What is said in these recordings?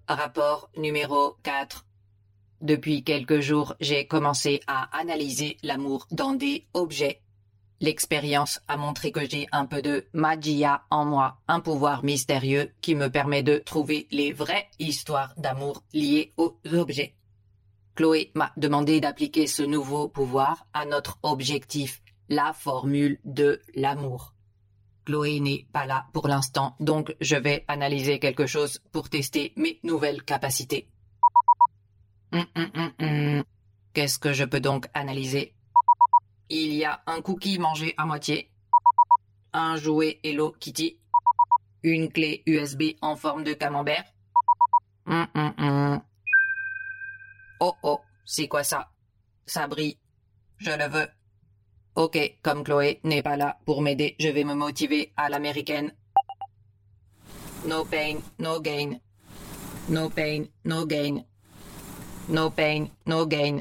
Rapport numéro 4. Depuis quelques jours, j'ai commencé à analyser l'amour dans des objets. L'expérience a montré que j'ai un peu de magia en moi, un pouvoir mystérieux qui me permet de trouver les vraies histoires d'amour liées aux objets. Chloé m'a demandé d'appliquer ce nouveau pouvoir à notre objectif, la formule de l'amour. Chloé n'est pas là pour l'instant, donc je vais analyser quelque chose pour tester mes nouvelles capacités. Qu'est-ce que je peux donc analyser? Il y a un cookie mangé à moitié, un jouet Hello Kitty, une clé USB en forme de camembert. Oh, c'est quoi ça? Ça brille. Je le veux. Ok, comme Chloé n'est pas là pour m'aider, je vais me motiver à l'américaine. No pain, no gain. No pain, no gain. No pain, no gain.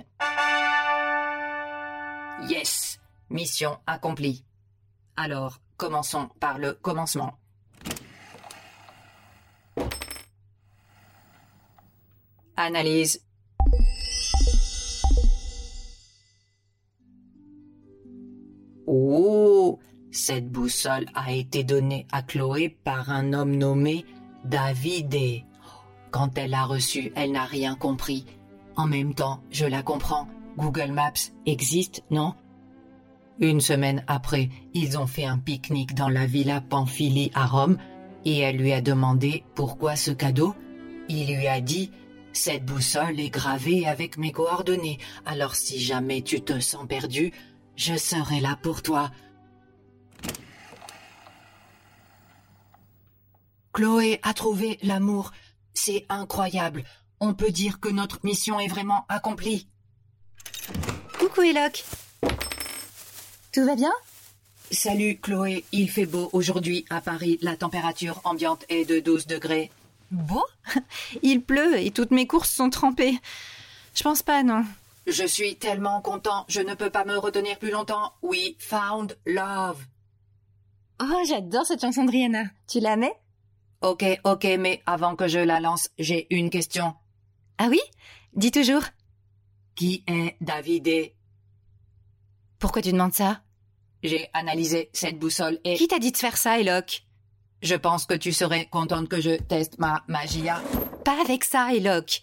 Yes! Mission accomplie. Alors, commençons par le commencement. Analyse. Oh! Cette boussole a été donnée à Chloé par un homme nommé Davide. Quand elle l'a reçue, elle n'a rien compris. En même temps, je la comprends. Google Maps existe, non? Une semaine après, ils ont fait un pique-nique dans la Villa Pamphili à Rome et elle lui a demandé pourquoi ce cadeau. Il lui a dit « Cette boussole est gravée avec mes coordonnées, alors si jamais tu te sens perdu, je serai là pour toi. » Chloé a trouvé l'amour. C'est incroyable. On peut dire que notre mission est vraiment accomplie. Coucou Eloque. Tout va bien? Salut Chloé, il fait beau aujourd'hui à Paris. La température ambiante est de 12 degrés. Beau? Il pleut et toutes mes courses sont trempées. Je pense pas, non. Je suis tellement content, je ne peux pas me retenir plus longtemps. We found love. Oh, j'adore cette chanson de Rihanna. Tu la mets? Ok, mais avant que je la lance, j'ai une question. Ah oui? Dis toujours. Qui est Davide? Pourquoi tu demandes ça? J'ai analysé cette boussole et... Qui t'a dit de faire ça, Eloque? Je pense que tu serais contente que je teste ma magia. Pas avec ça, Eloque.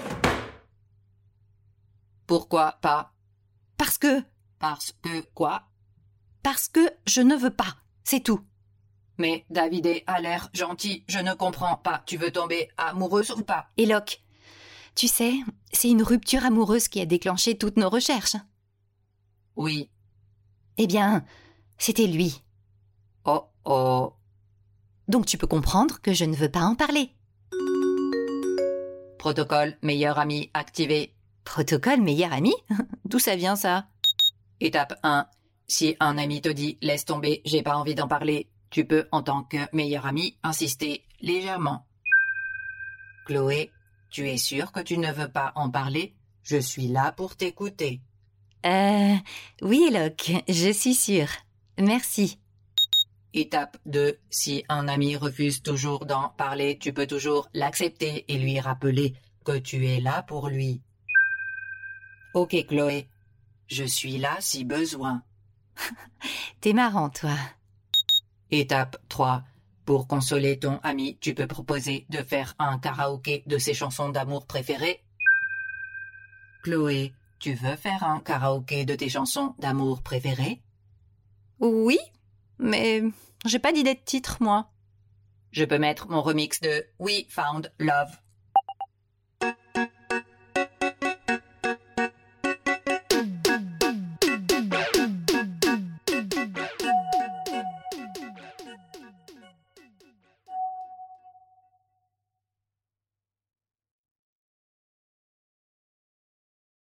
Pourquoi pas? Parce que quoi? Parce que je ne veux pas, c'est tout. Mais Davide a l'air gentil, je ne comprends pas. Tu veux tomber amoureuse ou pas? Eloque, tu sais, c'est une rupture amoureuse qui a déclenché toutes nos recherches. Oui. Eh bien, c'était lui. Oh. Donc tu peux comprendre que je ne veux pas en parler. Protocole meilleur ami activé. Protocole meilleur ami? D'où ça vient, ça? Étape 1. Si un ami te dit « laisse tomber, j'ai pas envie d'en parler », tu peux, en tant que meilleur ami, insister légèrement. Chloé, tu es sûre que tu ne veux pas en parler? Je suis là pour t'écouter. Oui, Eloque, je suis sûre. Merci. Étape 2. Si un ami refuse toujours d'en parler, tu peux toujours l'accepter et lui rappeler que tu es là pour lui. Ok, Chloé. Je suis là si besoin. T'es marrant, toi. Étape 3. Pour consoler ton ami, tu peux proposer de faire un karaoké de ses chansons d'amour préférées. Chloé, tu veux faire un karaoké de tes chansons d'amour préférées? Oui, mais j'ai pas d'idée de titre, moi. Je peux mettre mon remix de We Found Love.